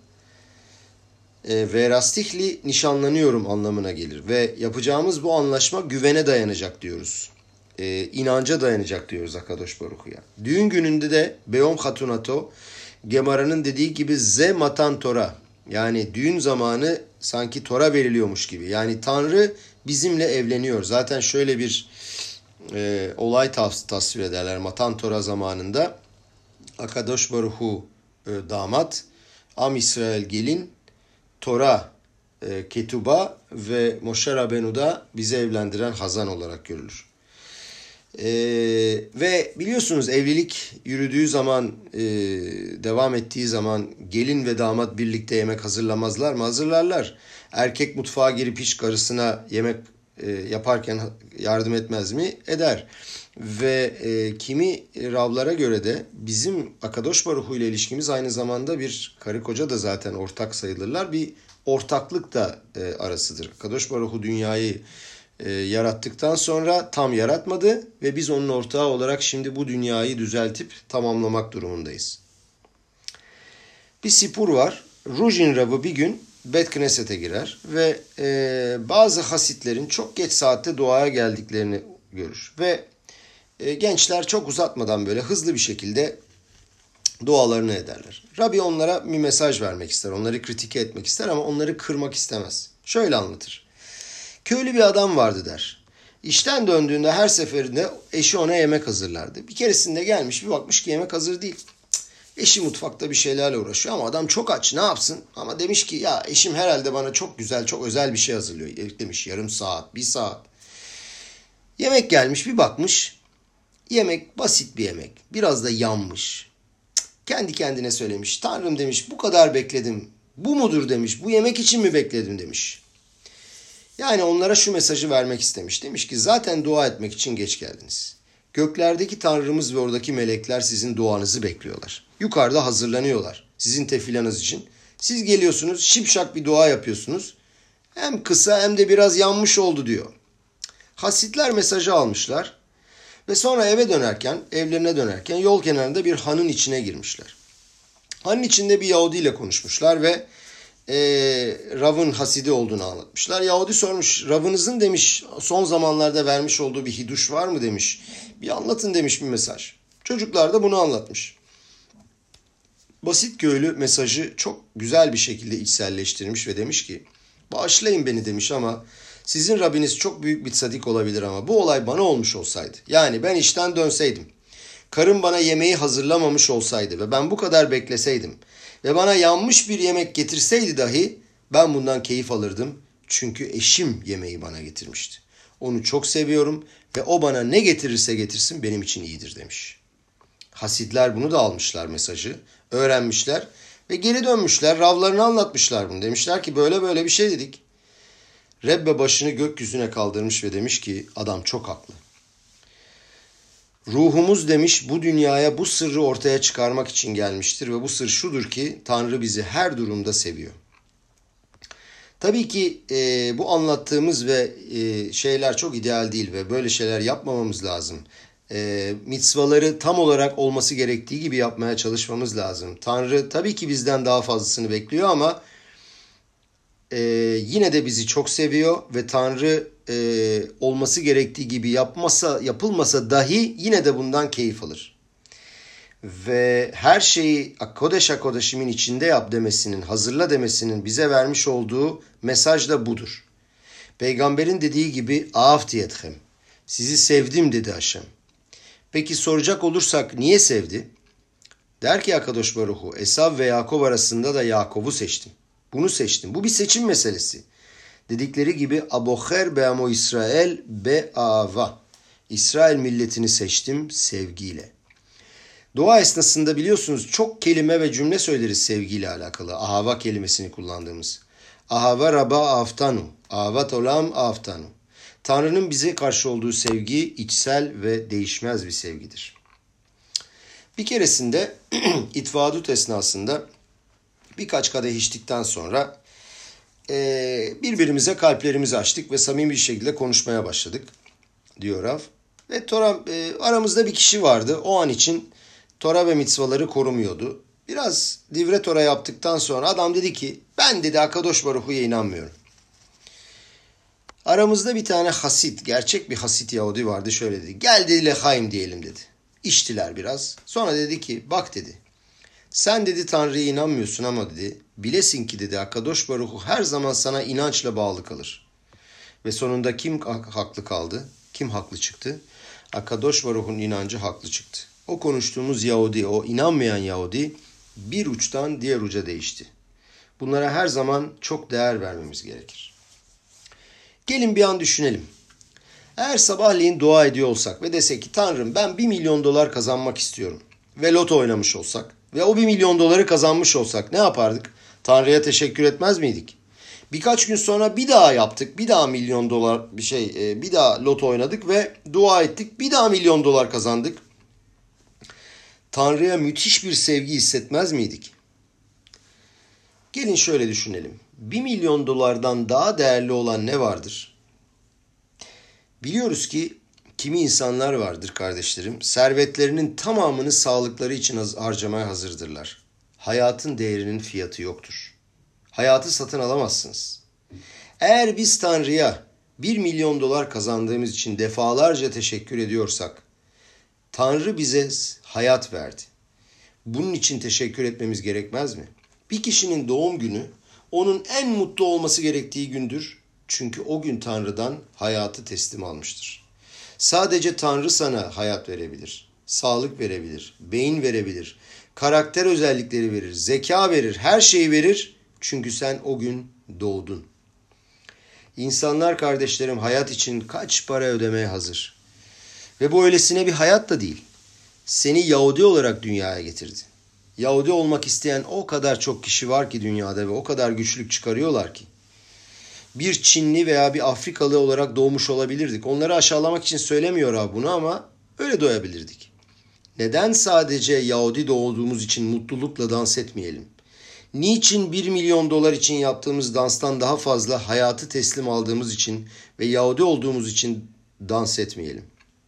Speaker 1: Verastihli nişanlanıyorum anlamına gelir. Ve yapacağımız bu anlaşma güvene dayanacak diyoruz. İnanca dayanacak diyoruz Akadosh Baruch'ya. Düğün gününde de Beom Hatunato, Gemara'nın dediği gibi Ze Matan Tora. Yani düğün zamanı sanki Tora veriliyormuş gibi. Yani Tanrı bizimle evleniyor. Zaten şöyle bir olay tasvir ederler. Matan Tora zamanında Akadosh Baruch'u damat, Am İsrail gelin, Tora, Ketuba ve Moshe Rabbeinu da bizi evlendiren Hazan olarak görülür. Ve biliyorsunuz evlilik yürüdüğü zaman, devam ettiği zaman gelin ve damat birlikte yemek hazırlamazlar mı? Hazırlarlar. Erkek mutfağa girip hiç karısına yemek yaparken yardım etmez mi? Eder. Ve kimi Ravlara göre de bizim Akadosh Baruch Hu ile ilişkimiz aynı zamanda bir karı koca da zaten ortak sayılırlar. Bir ortaklık da arasıdır. Akadosh Baruch Hu dünyayı yarattıktan sonra tam yaratmadı ve biz onun ortağı olarak şimdi bu dünyayı düzeltip tamamlamak durumundayız. Bir sipur var. Rujin Ravı bir gün Bet Knesset'e girer ve bazı hasitlerin çok geç saatte duaya geldiklerini görür. Ve gençler çok uzatmadan böyle hızlı bir şekilde dualarını ederler. Rabbi onlara bir mesaj vermek ister, onları kritike etmek ister ama onları kırmak istemez. Şöyle anlatır. Köylü bir adam vardı der. İşten döndüğünde her seferinde eşi ona yemek hazırlardı. Bir keresinde gelmiş bir bakmış ki yemek hazır değil. Eşi mutfakta bir şeylerle uğraşıyor ama adam çok aç, ne yapsın? Ama demiş ki ya eşim herhalde bana çok güzel, çok özel bir şey hazırlıyor. Demiş yarım saat, bir saat. Yemek gelmiş bir bakmış. Yemek basit bir yemek. Biraz da yanmış. Kendi kendine söylemiş. Tanrım demiş bu kadar bekledim. Bu mudur demiş. Bu yemek için mi bekledim demiş. Yani onlara şu mesajı vermek istemiş. Demiş ki zaten dua etmek için geç geldiniz. Göklerdeki Tanrımız ve oradaki melekler sizin duanızı bekliyorlar. Yukarıda hazırlanıyorlar sizin tefilanız için. Siz geliyorsunuz şipşak bir dua yapıyorsunuz. Hem kısa hem de biraz yanmış oldu diyor. Hasitler mesajı almışlar. Ve sonra evlerine dönerken yol kenarında bir hanın içine girmişler. Hanın içinde bir Yahudi ile konuşmuşlar ve Rav'ın hasidi olduğunu anlatmışlar. Yahudi sormuş, Rav'ınızın demiş son zamanlarda vermiş olduğu bir hiduş var mı demiş. Bir anlatın demiş bir mesaj. Çocuklar da bunu anlatmış. Basit köylü mesajı çok güzel bir şekilde içselleştirmiş ve demiş ki bağışlayın beni demiş ama sizin Rabbiniz çok büyük bir tsadik olabilir ama bu olay bana olmuş olsaydı. Yani ben işten dönseydim. Karım bana yemeği hazırlamamış olsaydı ve ben bu kadar bekleseydim ve bana yanmış bir yemek getirseydi dahi ben bundan keyif alırdım. Çünkü eşim yemeği bana getirmişti. Onu çok seviyorum ve o bana ne getirirse getirsin benim için iyidir demiş. Hasidler bunu da almışlar mesajı, öğrenmişler ve geri dönmüşler, Ravlarına anlatmışlar bunu. Demişler ki böyle böyle bir şey dedik. Rebbe başını gökyüzüne kaldırmış ve demiş ki adam çok haklı. Ruhumuz demiş bu dünyaya bu sırrı ortaya çıkarmak için gelmiştir ve bu sır şudur ki Tanrı bizi her durumda seviyor. Tabii ki bu anlattığımız ve şeyler çok ideal değil ve böyle şeyler yapmamamız lazım. Mitzvaları tam olarak olması gerektiği gibi yapmaya çalışmamız lazım. Tanrı tabii ki bizden daha fazlasını bekliyor ama yine de bizi çok seviyor ve Tanrı olması gerektiği gibi yapılmasa dahi yine de bundan keyif alır. Ve her şeyi Kodeş HaKodesh'imin içinde yap demesinin, hazırla demesinin bize vermiş olduğu mesaj da budur. Peygamberin dediği gibi Ahavti etchem, sizi sevdim dedi Haşem. Peki soracak olursak niye sevdi? Der ki Akadosh Baruch Hu, Esav ve Yakov arasında da Yakov'u seçtim. Bunu seçtim. Bu bir seçim meselesi. Dedikleri gibi Abocher be'amo İsrail be'ava. İsrail milletini seçtim sevgiyle. Dua esnasında biliyorsunuz çok kelime ve cümle söyleriz sevgiyle alakalı. Ahava kelimesini kullandığımız. Ahava Rabba aftanu. Ahavat olam aftanu. Tanrı'nın bize karşı olduğu sevgi içsel ve değişmez bir sevgidir. Bir keresinde itvadut esnasında birkaç kadeh içtikten sonra birbirimize kalplerimizi açtık ve samimi bir şekilde konuşmaya başladık diyor Rav. Ve aramızda bir kişi vardı. O an için Tora ve mitzvaları korumuyordu. Biraz divre Tora yaptıktan sonra adam dedi ki ben dedi Akadosh Baruch Hu'ya inanmıyorum. Aramızda bir tane hasit, gerçek bir hasit Yahudi vardı, şöyle dedi. Gel dedi lehaim diyelim dedi. İçtiler biraz. Sonra dedi ki bak dedi. Sen dedi Tanrı'ya inanmıyorsun ama dedi bilesin ki dedi Akadosh Baruch Hu her zaman sana inançla bağlı kalır. Ve sonunda kim haklı kaldı? Kim haklı çıktı? Akadosh Baruch Hu'nun inancı haklı çıktı. O konuştuğumuz Yahudi, o inanmayan Yahudi bir uçtan diğer uca değişti. Bunlara her zaman çok değer vermemiz gerekir. Gelin bir an düşünelim. Eğer sabahleyin dua ediyor olsak ve desek ki Tanrım ben 1 milyon dolar kazanmak istiyorum ve loto oynamış olsak ve o 1 milyon doları kazanmış olsak ne yapardık? Tanrı'ya teşekkür etmez miydik? Birkaç gün sonra bir daha yaptık. Bir daha milyon dolar bir daha loto oynadık ve dua ettik. Bir daha milyon dolar kazandık. Tanrı'ya müthiş bir sevgi hissetmez miydik? Gelin şöyle düşünelim. 1 milyon dolardan daha değerli olan ne vardır? Biliyoruz ki kimi insanlar vardır kardeşlerim. Servetlerinin tamamını sağlıkları için harcamaya hazırdırlar. Hayatın değerinin fiyatı yoktur. Hayatı satın alamazsınız. Eğer biz Tanrı'ya 1 milyon dolar kazandığımız için defalarca teşekkür ediyorsak, Tanrı bize hayat verdi. Bunun için teşekkür etmemiz gerekmez mi? Bir kişinin doğum günü onun en mutlu olması gerektiği gündür. Çünkü o gün Tanrı'dan hayatı teslim almıştır. Sadece Tanrı sana hayat verebilir, sağlık verebilir, beyin verebilir, karakter özellikleri verir, zeka verir, her şeyi verir. Çünkü sen o gün doğdun. İnsanlar kardeşlerim hayat için kaç para ödemeye hazır. Ve bu öylesine bir hayat da değil. Seni Yahudi olarak dünyaya getirdi. Yahudi olmak isteyen o kadar çok kişi var ki dünyada ve o kadar güçlük çıkarıyorlar ki. Bir Çinli veya bir Afrikalı olarak doğmuş olabilirdik. Onları aşağılamak için söylemiyor abi bunu ama öyle doğabilirdik. Neden sadece Yahudi doğduğumuz için mutlulukla dans etmeyelim? Niçin 1 milyon dolar için yaptığımız danstan daha fazla hayatı teslim aldığımız için ve Yahudi olduğumuz için dans etmeyelim?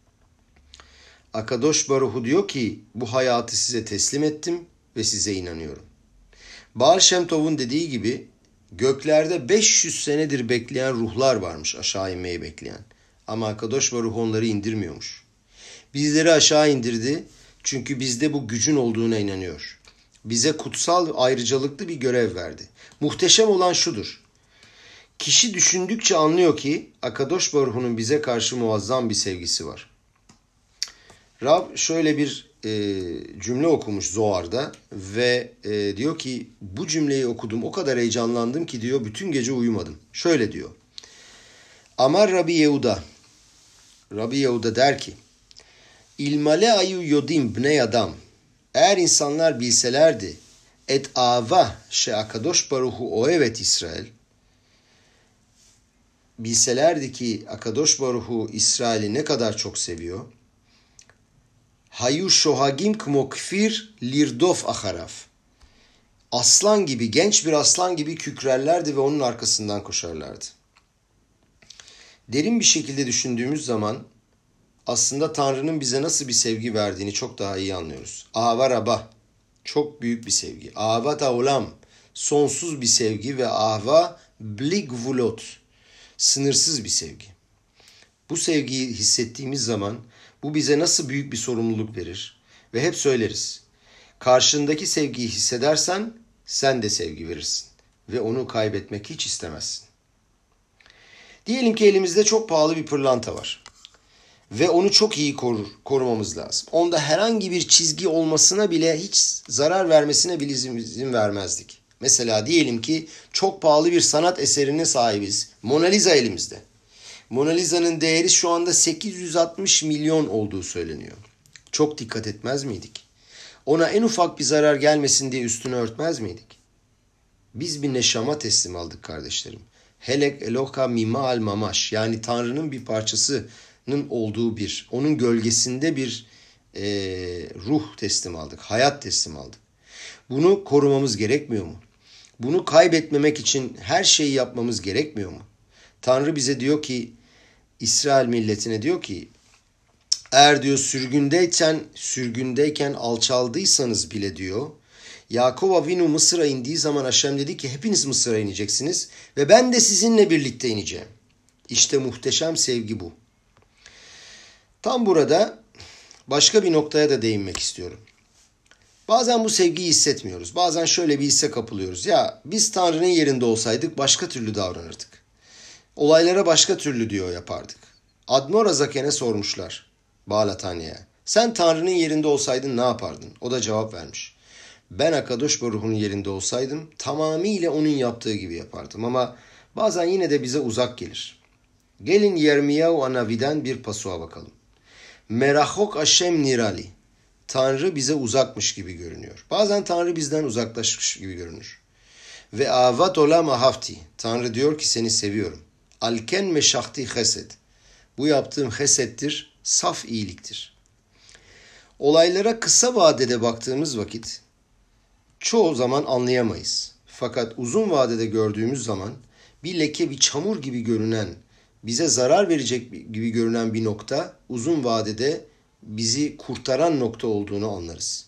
Speaker 1: Akadosh Baruhu diyor ki bu hayatı size teslim ettim ve size inanıyorum. Baal Shem Tov'un dediği gibi göklerde 500 senedir bekleyen ruhlar varmış aşağı inmeyi bekleyen. Ama Akadosh Baruhu onları indirmiyormuş. Bizleri aşağı indirdi çünkü bizde bu gücün olduğuna inanıyor. Bize kutsal ayrıcalıklı bir görev verdi. Muhteşem olan şudur. Kişi düşündükçe anlıyor ki Akadosh Baruhu'nun bize karşı muazzam bir sevgisi var. Rab şöyle bir cümle okumuş Zohar'da ve diyor ki bu cümleyi okudum o kadar heyecanlandım ki diyor bütün gece uyumadım. Şöyle diyor. Amar Rabbi Yehuda. Rabbi Yehuda der ki İlmale ayu yodim bnei adam. Eğer insanlar bilselerdi et ava she akadosh baruhu oevet İsrail, bilselerdi ki Akadosh Baruhu İsrail'i ne kadar çok seviyor. Hayu shohagim kmo kfir lirdof acharaf. Aslan gibi, genç bir aslan gibi kükrerlerdi ve onun arkasından koşarlardı. Derin bir şekilde düşündüğümüz zaman aslında Tanrı'nın bize nasıl bir sevgi verdiğini çok daha iyi anlıyoruz. Ahava Rabba, çok büyük bir sevgi. Ahavat Olam, sonsuz bir sevgi ve ahva bli gvulot, sınırsız bir sevgi. Bu sevgiyi hissettiğimiz zaman bu bize nasıl büyük bir sorumluluk verir ve hep söyleriz. Karşındaki sevgiyi hissedersen sen de sevgi verirsin ve onu kaybetmek hiç istemezsin. Diyelim ki elimizde çok pahalı bir pırlanta var. Ve onu çok iyi korumamız lazım. Onda herhangi bir çizgi olmasına bile hiç zarar vermesine bile izin vermezdik. Mesela diyelim ki çok pahalı bir sanat eserinin sahibiz. Mona Lisa elimizde. Mona Lisa'nın değeri şu anda 860 milyon olduğu söyleniyor. Çok dikkat etmez miydik? Ona en ufak bir zarar gelmesin diye üstünü örtmez miydik? Biz bir neşama teslim aldık kardeşlerim. Helek eloka mima'al mamaş, yani Tanrı'nın bir parçasının olduğu onun gölgesinde bir ruh teslim aldık, hayat teslim aldık. Bunu korumamız gerekmiyor mu? Bunu kaybetmemek için her şeyi yapmamız gerekmiyor mu? Tanrı bize diyor ki, İsrail milletine diyor ki, eğer diyor sürgündeyken alçaldıysanız bile diyor, Yakov Avinu Mısır'a indiği zaman Haşem dedi ki hepiniz Mısır'a ineceksiniz ve ben de sizinle birlikte ineceğim. İşte muhteşem sevgi bu. Tam burada başka bir noktaya da değinmek istiyorum. Bazen bu sevgiyi hissetmiyoruz. Bazen şöyle bir hisse kapılıyoruz. Ya biz Tanrı'nın yerinde olsaydık başka türlü davranırdık. Olaylara başka türlü diyor yapardık. Admor Azaken'e sormuşlar Bağlatanya'ya. Sen Tanrı'nın yerinde olsaydın ne yapardın? O da cevap vermiş. Ben Akadosh Baruhu'nun yerinde olsaydım tamamıyla onun yaptığı gibi yapardım. Ama bazen yine de bize uzak gelir. Gelin Yermiyahu Anavi'den bir pasuğa bakalım. Merachok Hashem nirali. Tanrı bize uzakmış gibi görünüyor. Bazen Tanrı bizden uzaklaşmış gibi görünür. Ve avat olam ahavti. Tanrı diyor ki seni seviyorum. Alken meşahti chesed. Bu yaptığım hesettir, saf iyiliktir. Olaylara kısa vadede baktığımız vakit çoğu zaman anlayamayız. Fakat uzun vadede gördüğümüz zaman bir leke, bir çamur gibi görünen, bize zarar verecek gibi görünen bir nokta uzun vadede bizi kurtaran nokta olduğunu anlarız.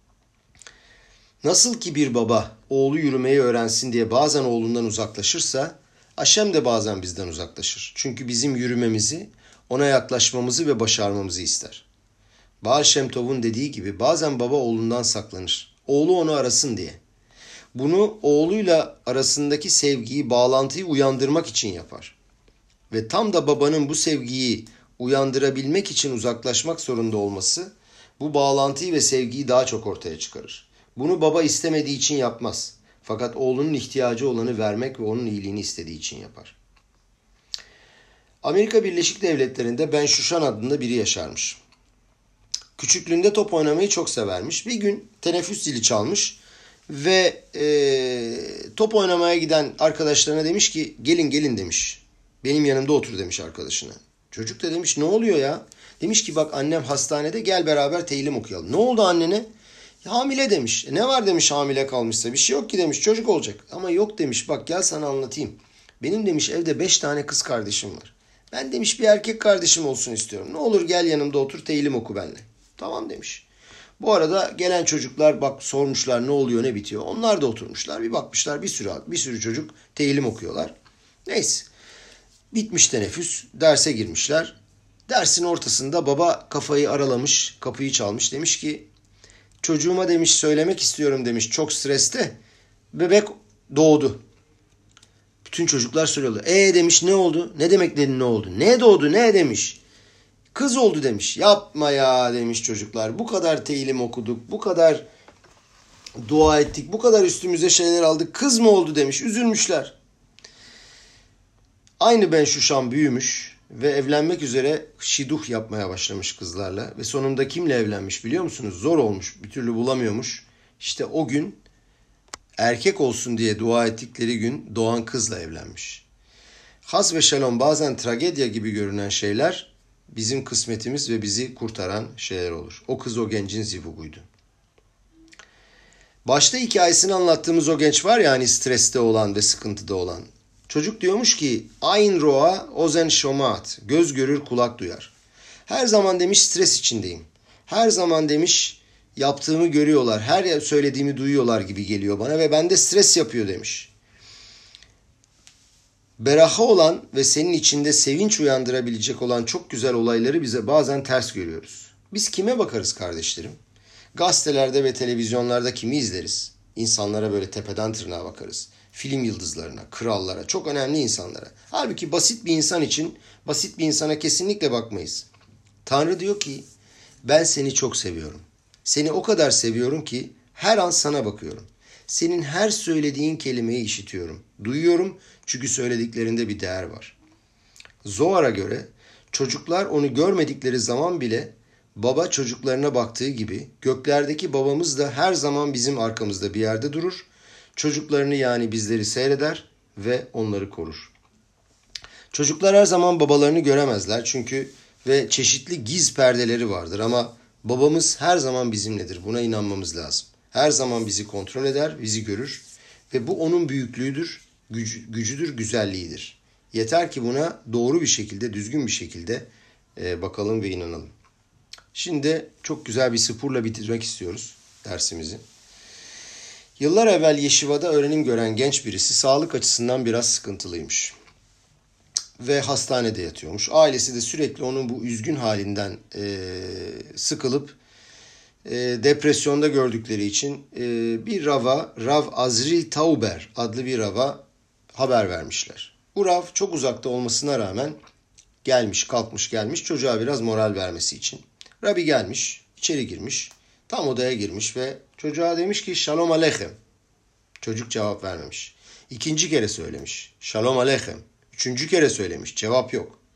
Speaker 1: Nasıl ki bir baba oğlu yürümeyi öğrensin diye bazen oğlundan uzaklaşırsa, Haşem de bazen bizden uzaklaşır. Çünkü bizim yürümemizi, ona yaklaşmamızı ve başarmamızı ister. Baal Shem Tov'un dediği gibi bazen baba oğlundan saklanır. Oğlu onu arasın diye. Bunu oğluyla arasındaki sevgiyi, bağlantıyı uyandırmak için yapar. Ve tam da babanın bu sevgiyi uyandırabilmek için uzaklaşmak zorunda olması bu bağlantıyı ve sevgiyi daha çok ortaya çıkarır. Bunu baba istemediği için yapmaz. Fakat oğlunun ihtiyacı olanı vermek ve onun iyiliğini istediği için yapar. Amerika Birleşik Devletleri'nde Ben Şuşan adında biri yaşarmış. Küçüklüğünde top oynamayı çok severmiş. Bir gün teneffüs zili çalmış ve top oynamaya giden arkadaşlarına demiş ki gelin demiş. Benim yanımda otur demiş arkadaşına. Çocuk da demiş ne oluyor ya? Demiş ki bak annem hastanede gel beraber teylim okuyalım. Ne oldu annene? Hamile demiş. Ne var demiş hamile kalmışsa bir şey yok ki demiş çocuk olacak. Ama yok demiş bak gel sana anlatayım. Benim demiş evde 5 tane kız kardeşim var. Ben demiş bir erkek kardeşim olsun istiyorum. Ne olur gel yanımda otur teylim oku benimle. Tamam demiş. Bu arada gelen çocuklar bak sormuşlar ne oluyor ne bitiyor. Onlar da oturmuşlar bir bakmışlar bir sürü çocuk teylim okuyorlar. Neyse. Bitmiş teneffüs derse girmişler. Dersin ortasında baba kafayı aralamış kapıyı çalmış demiş ki çocuğuma demiş söylemek istiyorum demiş çok streste. Bebek doğdu. Bütün çocuklar soruyorlar. Demiş ne oldu? Ne demek dedin ne oldu? Ne doğdu ne demiş? Kız oldu demiş. Yapma ya demiş çocuklar. Bu kadar teylim okuduk. Bu kadar dua ettik. Bu kadar üstümüze şeyler aldık. Kız mı oldu demiş. Üzülmüşler. Aynı Ben Şuşan büyümüş ve evlenmek üzere şiduh yapmaya başlamış kızlarla. Ve sonunda kimle evlenmiş biliyor musunuz? Zor olmuş. Bir türlü bulamıyormuş. İşte o gün erkek olsun diye dua ettikleri gün doğan kızla evlenmiş. Has ve şalom bazen tragedya gibi görünen şeyler bizim kısmetimiz ve bizi kurtaran şeyler olur. O kız o gencin zivuguydu. Başta hikayesini anlattığımız o genç var ya hani streste olan ve sıkıntıda olan. Çocuk diyormuş ki Ayn roa ozen şomat. Göz görür kulak duyar. Her zaman demiş stres içindeyim. Her zaman demiş yaptığımı görüyorlar. Her söylediğimi duyuyorlar gibi geliyor bana ve bende stres yapıyor demiş. Beraha olan ve senin içinde sevinç uyandırabilecek olan çok güzel olayları bize bazen ters görüyoruz. Biz kime bakarız kardeşlerim? Gazetelerde ve televizyonlarda kimi izleriz? İnsanlara böyle tepeden tırnağa bakarız. Film yıldızlarına, krallara, çok önemli insanlara. Halbuki basit bir insan için, basit bir insana kesinlikle bakmayız. Tanrı diyor ki, ben seni çok seviyorum. Seni o kadar seviyorum ki her an sana bakıyorum. Senin her söylediğin kelimeyi işitiyorum. Duyuyorum çünkü söylediklerinde bir değer var. Zohar'a göre çocuklar onu görmedikleri zaman bile baba çocuklarına baktığı gibi göklerdeki babamız da her zaman bizim arkamızda bir yerde durur. Çocuklarını yani bizleri seyreder ve onları korur. Çocuklar her zaman babalarını göremezler çünkü ve çeşitli giz perdeleri vardır ama babamız her zaman bizimledir. Buna inanmamız lazım. Her zaman bizi kontrol eder, bizi görür ve bu onun büyüklüğüdür, gücüdür, güzelliğidir. Yeter ki buna doğru bir şekilde, düzgün bir şekilde bakalım ve inanalım. Şimdi çok güzel bir spurla bitirmek istiyoruz dersimizi. Yıllar evvel Yeşiva'da öğrenim gören genç birisi sağlık açısından biraz sıkıntılıymış. Ve hastanede yatıyormuş. Ailesi de sürekli onun bu üzgün halinden sıkılıp depresyonda gördükleri için bir Rav Azri Tauber adlı bir Rav'a haber vermişler. Bu Rav çok uzakta olmasına rağmen gelmiş çocuğa biraz moral vermesi için. Rabbi gelmiş, içeri girmiş, tam odaya girmiş ve çocuğa demiş ki Shalom Aleichem. Çocuk cevap vermemiş. İkinci kere söylemiş. Shalom Aleichem. Üçüncü kere söylemiş. Cevap yok.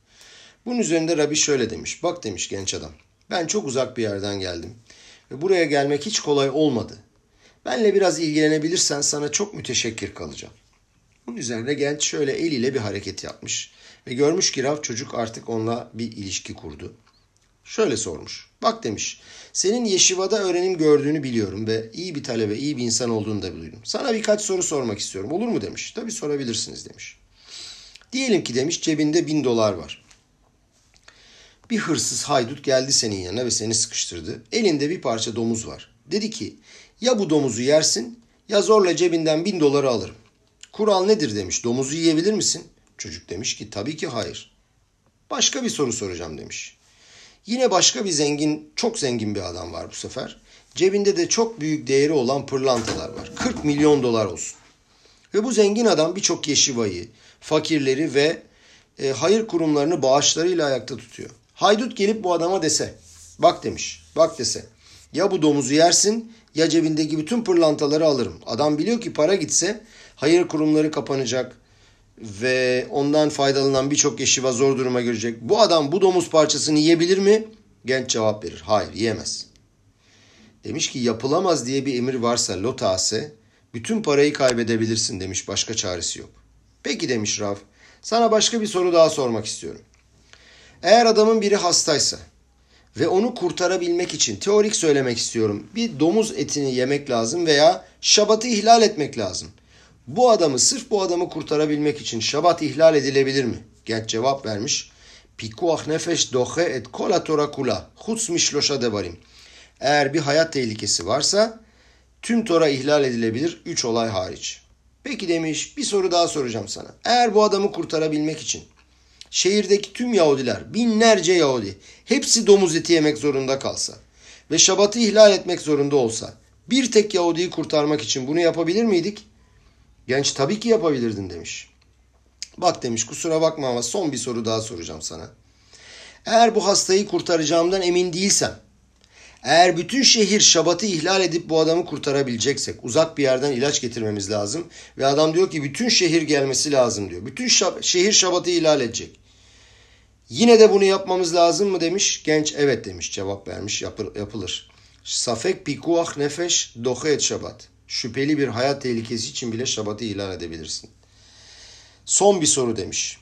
Speaker 1: Bunun üzerinde Rabbi şöyle demiş. Bak demiş genç adam. Ben çok uzak bir yerden geldim. Ve buraya gelmek hiç kolay olmadı. Benle biraz ilgilenebilirsen sana çok müteşekkir kalacağım. Bunun üzerine genç şöyle eliyle bir hareket yapmış. Ve görmüş ki Rav çocuk artık onunla bir ilişki kurdu. Şöyle sormuş. Bak demiş. Senin yeşivada öğrenim gördüğünü biliyorum ve iyi bir talebe, iyi bir insan olduğunu da biliyorum. Sana birkaç soru sormak istiyorum. Olur mu demiş. Tabii sorabilirsiniz demiş. Diyelim ki demiş cebinde $1000 var. Bir hırsız haydut geldi senin yanına ve seni sıkıştırdı. Elinde bir parça domuz var. Dedi ki ya bu domuzu yersin ya zorla cebinden $1000 alırım. Kural nedir demiş. Domuzu yiyebilir misin? Çocuk demiş ki tabii ki hayır. Başka bir soru soracağım demiş. Yine başka bir zengin, çok zengin bir adam var bu sefer. Cebinde de çok büyük değeri olan pırlantalar var. $40 milyon olsun. Ve bu zengin adam birçok yeşivayı, fakirleri ve hayır kurumlarını bağışlarıyla ayakta tutuyor. Haydut gelip bu adama dese, bak demiş, bak dese, ya bu domuzu yersin ya cebindeki bütün pırlantaları alırım. Adam biliyor ki para gitse hayır kurumları kapanacak ve ondan faydalanan birçok yeşiva zor duruma girecek. Bu adam bu domuz parçasını yiyebilir mi? Genç cevap verir, hayır yiyemez. Demiş ki yapılamaz diye bir emir varsa lotase, bütün parayı kaybedebilirsin demiş, başka çaresi yok. Peki demiş Rav, sana başka bir soru daha sormak istiyorum. Eğer adamın biri hastaysa ve onu kurtarabilmek için teorik söylemek istiyorum. Bir domuz etini yemek lazım veya şabatı ihlal etmek lazım. Sırf bu adamı kurtarabilmek için şabat ihlal edilebilir mi? Genç cevap vermiş. Pikuach nefesh doche et kol Torah kula. Huts mişloşa devarim. Eğer bir hayat tehlikesi varsa tüm Tora ihlal edilebilir 3 olay hariç. Peki demiş bir soru daha soracağım sana. Eğer bu adamı kurtarabilmek için şehirdeki tüm Yahudiler, binlerce Yahudi, hepsi domuz eti yemek zorunda kalsa ve şabatı ihlal etmek zorunda olsa, bir tek Yahudi'yi kurtarmak için bunu yapabilir miydik? Genç tabii ki yapabilirdin demiş. Bak demiş kusura bakma ama son bir soru daha soracağım sana. Eğer bu hastayı kurtaracağımdan emin değilsem, eğer bütün şehir şabatı ihlal edip bu adamı kurtarabileceksek, uzak bir yerden ilaç getirmemiz lazım ve adam diyor ki bütün şehir gelmesi lazım diyor. Bütün şehir şabatı ihlal edecek. Yine de bunu yapmamız lazım mı demiş. Genç evet demiş, cevap vermiş, yapılır. Safek pikuach nefesh doche et şabat. Şüpheli bir hayat tehlikesi için bile şabatı ihlal edebilirsin. Son bir soru demiş.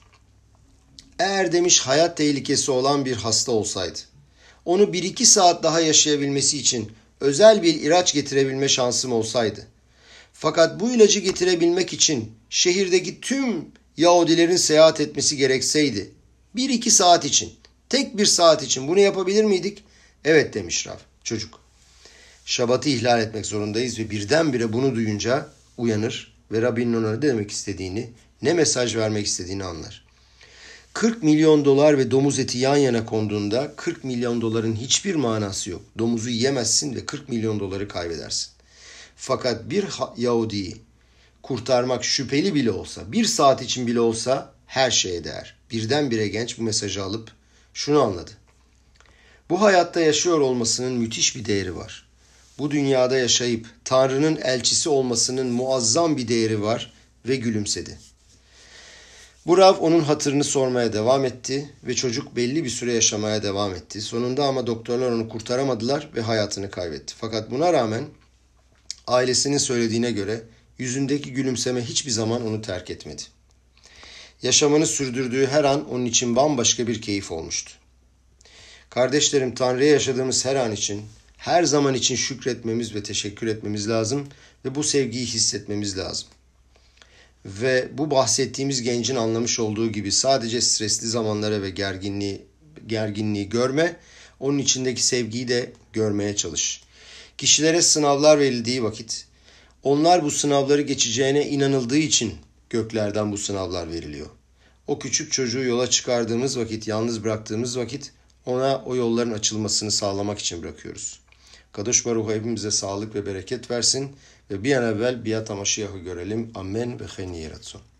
Speaker 1: Eğer demiş hayat tehlikesi olan bir hasta olsaydı, onu 1-2 saat daha yaşayabilmesi için özel bir ilaç getirebilme şansım olsaydı. Fakat bu ilacı getirebilmek için şehirdeki tüm Yahudilerin seyahat etmesi gerekseydi, 1-2 saat için, tek bir saat için bunu yapabilir miydik? Evet demiş Rav, çocuk. Şabatı ihlal etmek zorundayız ve birdenbire bunu duyunca uyanır ve Rabbinin ona ne demek istediğini, ne mesaj vermek istediğini anlar. $40 milyon ve domuz eti yan yana konduğunda $40 milyon hiçbir manası yok. Domuzu yiyemezsin ve $40 milyon kaybedersin. Fakat bir Yahudi'yi kurtarmak şüpheli bile olsa, bir saat için bile olsa her şeye değer. Birdenbire genç bu mesajı alıp şunu anladı. Bu hayatta yaşıyor olmasının müthiş bir değeri var. Bu dünyada yaşayıp Tanrı'nın elçisi olmasının muazzam bir değeri var ve gülümsedi. Bu Rav onun hatırını sormaya devam etti ve çocuk belli bir süre yaşamaya devam etti. Sonunda ama doktorlar onu kurtaramadılar ve hayatını kaybetti. Fakat buna rağmen ailesinin söylediğine göre yüzündeki gülümseme hiçbir zaman onu terk etmedi. Yaşamını sürdürdüğü her an onun için bambaşka bir keyif olmuştu. Kardeşlerim, Tanrı'ya yaşadığımız her an için, her zaman için şükretmemiz ve teşekkür etmemiz lazım ve bu sevgiyi hissetmemiz lazım. Ve bu bahsettiğimiz gencin anlamış olduğu gibi sadece stresli zamanlara ve gerginliği görme, onun içindeki sevgiyi de görmeye çalış. Kişilere sınavlar verildiği vakit, onlar bu sınavları geçeceğine inanıldığı için göklerden bu sınavlar veriliyor. O küçük çocuğu yola çıkardığımız vakit, yalnız bıraktığımız vakit ona o yolların açılmasını sağlamak için bırakıyoruz. Kadosh Baruch hepimize sağlık ve bereket versin ve bir an evvel Biyat HaMashiach'ı görelim. Amen ve chen yiratzon.